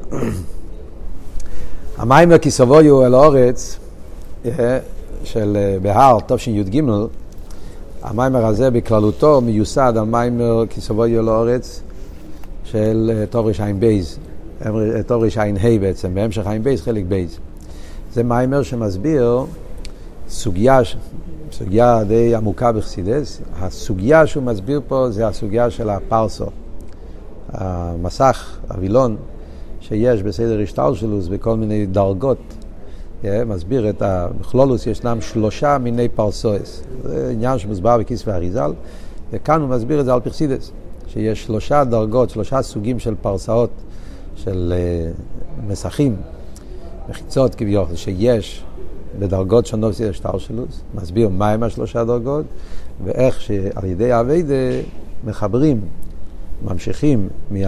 המיימר כי סבויו אל האורץ של בהר תשי"ג, המיימר הזה בכללותו מיוסד על מיימר כי סבויו אל האורץ של תורשעין בייז, תורשעין ה' בעצם, בהמשך עין בייז חלק בייז. זה מיימר שמסביר סוגיה די עמוקה בחסידות. הסוגיה שהוא מסביר פה זה הסוגיה של הפרסו, המסך, הווילון שיש בסדר השתלשלות בכל מיני דרגות. מסביר את בכלולוס ישנם 3 מיני פרסוס, זה עניין שמוסבר בכיסא והאריזל, וכאן הוא מסביר את זה על פרסידס, שיש 3 דרגות, 3 סוגים של פרסאות, של מסכים מחיצות כביכול שיש בדרגות שונות בסדר השתלשלות. מסביר מהם 3 דרגות ואיך שעל ידי העבודה מחברים, ממשיכים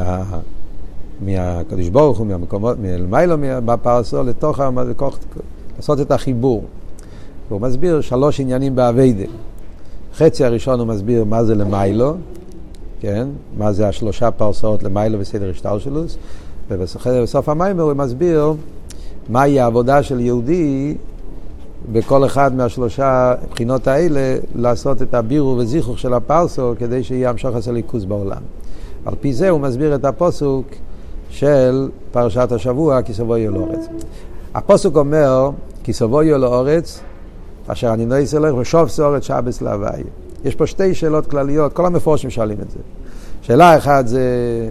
מהקדוש ברוך הוא, מהמקומות, מלמיילו בפרסו, לתוך לעשות את החיבור. והוא מסביר 3 עניינים בעבודה. חצי הראשון הוא מסביר מה זה למיילו, כן? מה זה 3 פרסאות למיילו בסדר השתלשלות, ובסוף המיימר הוא מסביר מהי העבודה של יהודי בכל אחד מה3 בחינות האלה, לעשות את הבירור וזיכוך של הפרסו כדי שיהיה המשך הסליקוס בעולם. על פי זה הוא מסביר את הפסוק של פרשת השבוע, כי סבויו אל האורץ. הפסוק אומר, כי סבויו אל האורץ, אשר אני נועץ אלך ושוב האורץ שבס להווי. יש פה 2 שאלות כלליות, כל המפורשים שואלים את זה. שאלה אחת זה,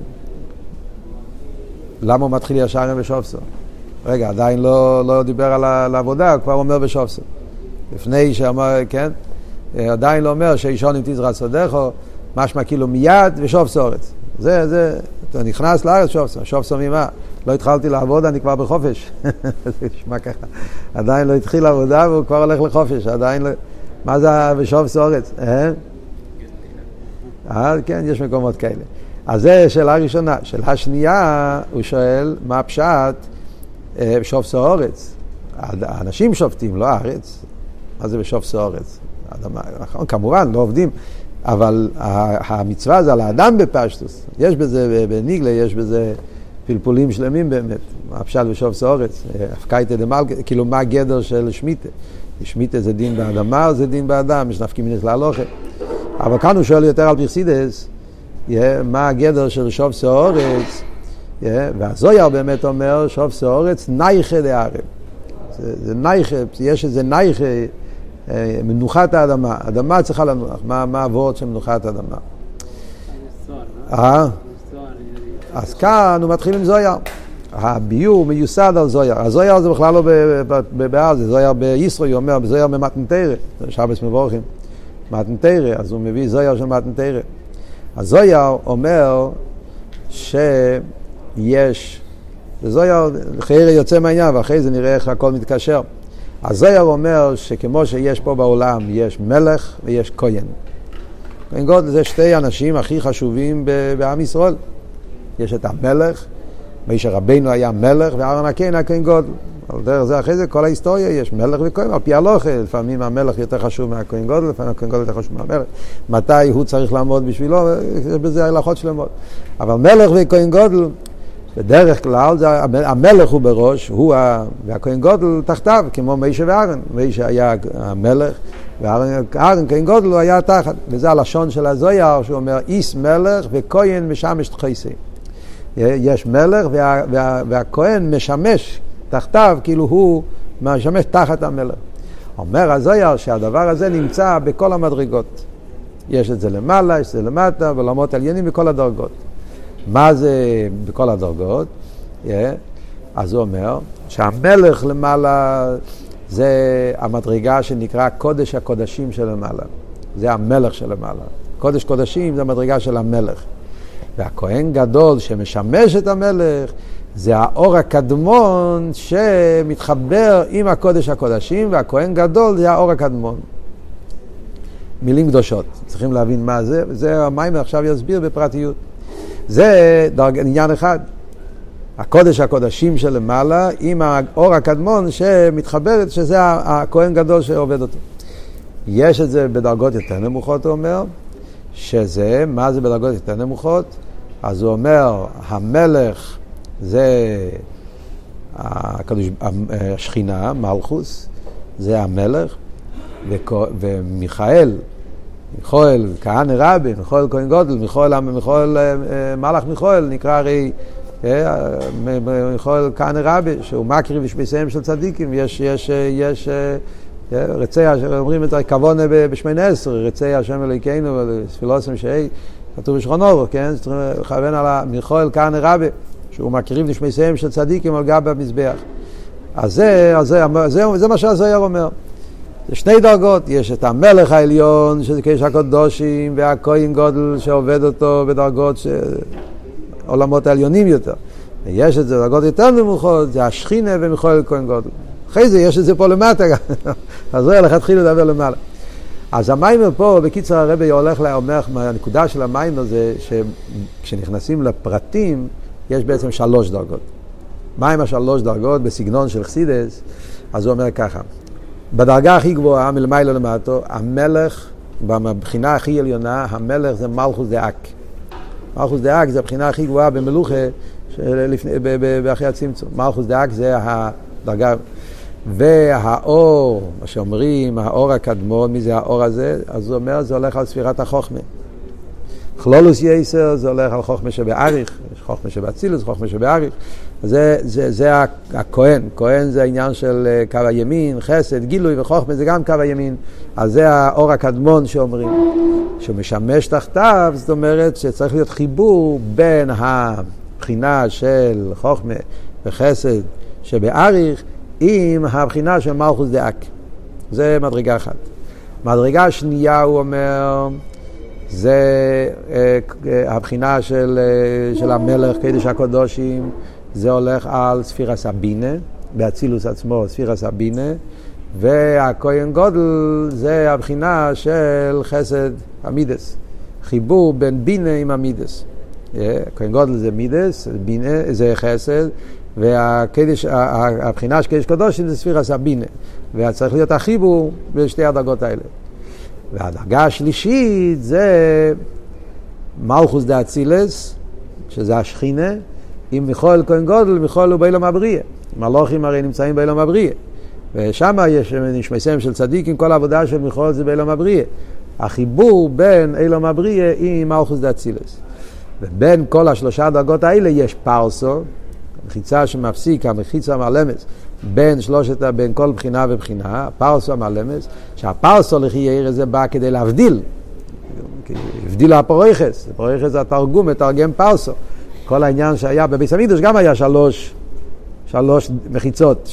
למה הוא מתחיל ישר עם ושוב? רגע, עדיין לא דיבר על העבודה, הוא כבר אומר ושוב. לפני שאמר, כן? עדיין לא אומר שאישון אם תזרע סודךו, משמע כאילו מיד ושוב האורץ. זה, אתה נכנס לארץ שוב ממה? לא התחלתי לעבוד, אני כבר בחופש. זה נשמע ככה. עדיין לא התחיל לעבודה והוא כבר הולך לחופש. עדיין לא... מה זה ושוב הארץ? כן, יש מקומות כאלה. אז זה שאלה ראשונה. שאלה שנייה, הוא שואל, מה הפשט בשוב הארץ? האנשים שופטים, לא הארץ. מה זה בשוב הארץ? כמובן, לא עובדים. אבל המצווה זה על האדם בפשטוס. יש בזה, בניגלה, יש בזה פלפולים שלמים באמת. הפשט בשוב הארץ, הפקייתא דמלכא, כאילו מה הגדר של שמיטה? שמיטה זה דין באדמה או זה דין באדם? יש נפקא מינה להלכה. אבל כאן הוא שואל יותר על פרסידס, מה הגדר של שוב הארץ? והזויר באמת אומר, שוב הארץ נייחא דערב. זה נייחא, יש איזה נייחא, מנוחת האדמה. האדמה צריכה לנוח. מה העבוד של מנוחת האדמה? אז כאן הוא מתחיל עם זויר. הביור מיוסד על זויר. הזויר זה בכלל לא בבעל, זה זויר בישראל, הוא אומר, זויר ממתן תורה, שבס מבורכים. מתן תורה, אז הוא מביא זויר של מתן תורה. הזויר אומר שיש, זויר חייר יוצא מהעניין, ואחרי זה נראה איך הכל מתקשר. הזויר אומר שכמו שיש פה בעולם יש מלך ויש כהן. כהן גודל זה 2 אנשים הכי חשובים בעם ישראל. יש את המלך, משה רבינו היה מלך ואהרן הכהן היה כהן גודל. על דרך זה אחרי זה כל ההיסטוריה יש מלך וכהן. על פי ההלכה לפעמים המלך יותר חשוב מהכהן גודל, לפעמים הכהן גודל יותר חשוב מהמלך. מתי הוא צריך לעמוד בשבילו, יש בזה הלכות שלמות. אבל מלך וכהן גודל בדרך כלל המלך הוא בראש, והכהן גודל תחתיו, כמו משה ואהרן. משה היה המלך, ואהרן כהן גודל הוא היה תחת. וזה הלשון של הזויר, שהוא אומר, איס מלך וכהן משמש תחייסי. יש מלך והכהן משמש תחתיו, כאילו הוא משמש תחת המלך. אומר הזויר שהדבר הזה נמצא בכל המדרגות. יש את זה למעלה, יש את זה למטה, ולמות עליינים בכל הדרגות. מה זה בכל הדרגות? אז הוא אומר שהמלך למעלה זה המדרגה שנקרא קודש הקודשים של למעלה. זה המלך של למעלה. קודש קודשים זה המדרגה של המלך. והכהן גדול שמשמש את המלך זה האור הקדמון שמתחבר עם הקודש הקודשים, והכהן גדול זה האור הקדמון. מילים קדושות. צריכים להבין מה זה, וזה המיימר עכשיו יסביר בפרטיות. זה עניין אחד. הקודש הקודשים של למעלה עם האור הקדמון שמתחברת, שזה הכהן גדול שעובד אותו. יש את זה בדרגות יותר נמוכות, הוא אומר, שזה, מה זה בדרגות יותר נמוכות? אז הוא אומר, המלך זה השכינה, מלכוס, זה המלך, ומיכאל, מיכאל כהן רבי, מיכאל כהן גודל, מיכאל מלאך מיכאל, נקרא הרי מיכאל כהן רבי, שהוא מקריב ושביסיהם של צדיקים. יש רצי, אומרים את הכוונה בשמונה עשרה, רצי השם אלוהינו ולספילוסם שהי, כתוב בשכונו, כן? לכוון על מיכאל כהן רבי, שהוא מקריב לשמיסיהם של צדיקים על גב המזבח. אז זה מה שהזוהר אומר. זה שני דרגות, יש את המלך העליון, שזה קדוש הקודשים, והכהן גודל שעובד אותו בדרגות עולמות העליונים יותר. ויש את זה דרגות יותר נמוכות, זה השכינה ומיכאל כהן גודל. אחרי זה יש את זה פה למטה גם. אז זה הולך להתחיל לדבר למעלה. אז המיימר פה, בקיצר הרבי הולך לאומר, הנקודה של המיימר זה שכשנכנסים לפרטים, יש בעצם 3 דרגות. מה עם 3 דרגות בסגנון של חסידס? אז הוא אומר ככה, בדרגה הכי גבוהה, מלמעלה למטה, המלך, בבחינה הכי עליונה, המלך זה מלכוס דאק. מלכוס דאק זה הבחינה הכי גבוהה במלוכה, באחרי הצמצום. מלכוס דאק זה הדרגה, והאור, מה שאומרים, האור הקדמון, מי זה האור הזה? אז הוא אומר, זה הולך על ספירת החוכמה. כלולוס יסר, זה הולך על חוכמה שבאריך, יש חוכמה שבאצילוס, חוכמה שבאריך. זה הכהן. כהן זה העניין של קו הימין, חסד, גילוי וחוכמה, זה גם קו הימין. אז זה האור הקדמון שאומרים. שהוא משמש תחתיו, זאת אומרת שצריך להיות חיבור בין הבחינה של חוכמה וחסד שבאריך, עם הבחינה של מלכוס דאק. זה מדרגה אחת. מדרגה שנייה הוא אומר, זה הבחינה של המלך קדוש הקודשים, זה הולך על ספירה סבינה, באצילוס עצמו ספירה סבינה, והכהן גודל זה הבחינה של חסד המידס, חיבור בין בינה עם המידס. הכהן גודל זה מידס, בינה זה חסד, והבחינה של קדוש קודשים זה ספירה סבינה, וצריך להיות החיבור בשתי הדרגות האלה. והדרגה השלישית זה מלכוס דאצילס, שזה השכינה, עם מיכאל כהן גודל, מיכאל הוא באילום הבריאה. מלאכים הרי נמצאים באילום הבריאה. ושם יש נשמעיהם של צדיקים, כל העבודה של מיכאל זה באילום הבריאה. החיבור בין אילום הבריאה עם מלכוס דאצילס. ובין כל 3 דרגות האלה יש פרסו, מחיצה שמפסיק, המחיצה המעלמס, בין כל בחינה ובחינה, הפרסו המעלמס, שהפרסו לכי יאיר זה בא כדי להבדיל, הבדיל הפרויכס, הפרויכס זה התרגום, מתרגם פרסו. כל העניין שהיה בביס המקדש גם היה 3 מחיצות,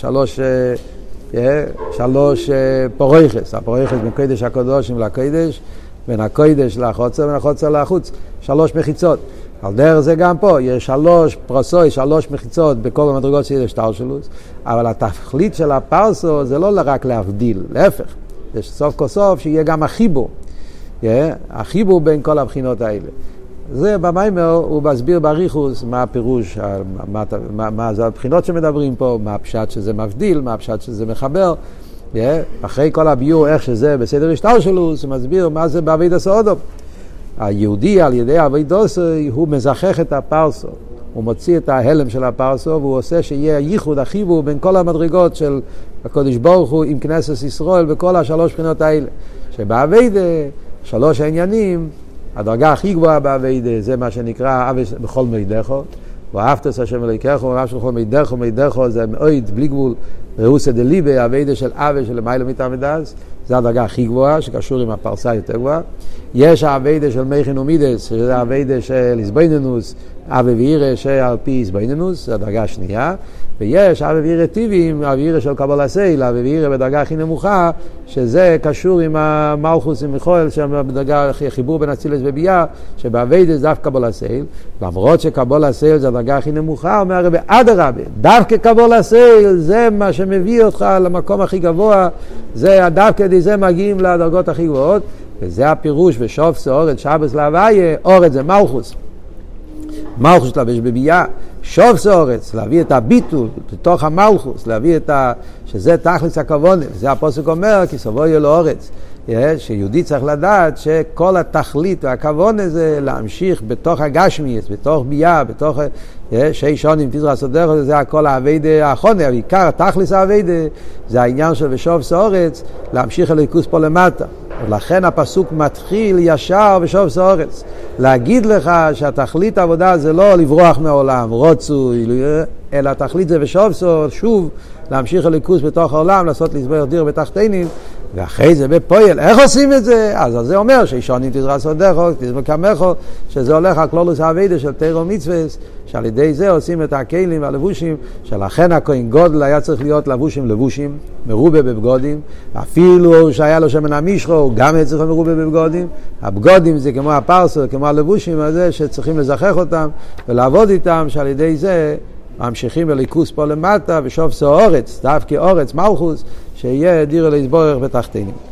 3 פרויכס, הפרויכס בין קודש הקודשים לקודש, בין הקודש לחוצה, בין החוצה לחוץ, 3 מחיצות. על דרך זה גם פה, יש 3 פרסוי, 3 מחיצות בכל המדרגות שיש שטלשלוס, אבל התכלית של הפרסו זה לא רק להבדיל, להפך, יש סוף כל סוף שיהיה גם החיבור, החיבור בין כל הבחינות האלה. זה במיימר הוא מסביר בריחוס מה הפירוש, מה זה הבחינות שמדברים פה, מה הפשט שזה מבדיל, מה הפשט שזה מחבר. אחרי כל הביור איך שזה בסדר השטלשלוס, הוא מסביר מה זה בעבודת סעודום. היהודי על ידי עבודת הוא מזכך את הפרסו, הוא מוציא את ההלם של הפרסו, והוא עושה שיהיה ייחוד החיבור בין כל המדרגות של הקדוש ברוך הוא עם כנסת ישראל בכל 3 בחינות האלה. שבעבודת 3 העניינים, הדרגה הכי גבוהה בעבודת זה מה שנקרא אהבה בכל מידך, ואהבת את השם אלוהיך ואהבת בכל מידך, מידך זה מאוד בלי גבול, ראוסא דליבה, עבודת של אהבה של למעלה מתעמדס, זה הדרגה הכי גבוהה שקשור עם הפרסה יותר גבוהה. יש העבודה של מייכין ומידס, שזה העבודה של איזבנינוס, אבי וירא שעל פי איזבנינוס, זה הדרגה השנייה. ויש אבי וירא טיבים, אבי וירא של קבלה סייל, אבי וירא בדרגה הכי נמוכה, שזה קשור עם המלכוס עם מיכאל, שבדרגה חיבור בין אצילס וביאה, שבעבודה זה דווקא קבלה סייל, למרות שקבלה סייל זה הדרגה הכי נמוכה, אומר הרב אדרבה, דווקא קבלה סייל זה מה שמביא אותך למקום הכי גבוה, זה דווקא זה מגיעים לדרגות הכי גבוהות. וזה הפירוש ושופס אורץ שבס להוויה, אורץ זה מלכוס, מלכוס לבש בביאה, שופס אורץ להביא את הביטול בתוך המלכוס, להביא את שזה תכלס הכוונה. זה הפסוק אומר כי סבויה לאורץ, שיהודי צריך לדעת שכל התכלית והכוון הזה להמשיך בתוך הגשמיס, בתוך בייה, בתוך שונים תזרע סודך, זה הכל העבודה האחרונה, העיקר תכלס העבודה זה העניין של ושוב סורץ, להמשיך אליקוס פה למטה. ולכן הפסוק מתחיל ישר ושוב סורץ, להגיד לך שהתכלית העבודה זה לא לברוח מהעולם, רוצוי, אלא התכלית זה ושוב סורץ, שוב להמשיך אליקוס בתוך העולם, לעשות לסבר דיר בתחתינים, ואחרי זה בפועל, איך עושים את זה? אז זה אומר שישונים תזרע סודך, תזרע קמחו, שזה הולך על כלולוס העבודה של תורה ומצוות, שעל ידי זה עושים את הכלים והלבושים, שלכן הכהן גודל היה צריך להיות לבושים, מרובה בבגודים, אפילו שהיה לו שמן המשחו, הוא גם היה צריך מרובה בבגודים, הבגודים זה כמו הפרסו, כמו הלבושים הזה, שצריכים לזכח אותם ולעבוד איתם, שעל ידי זה ממשיכים אליקוס פה למטה, ושוב סו אורץ, דווקא אורץ מלכוס, שיהיה דיר להסבורך בתחתינים.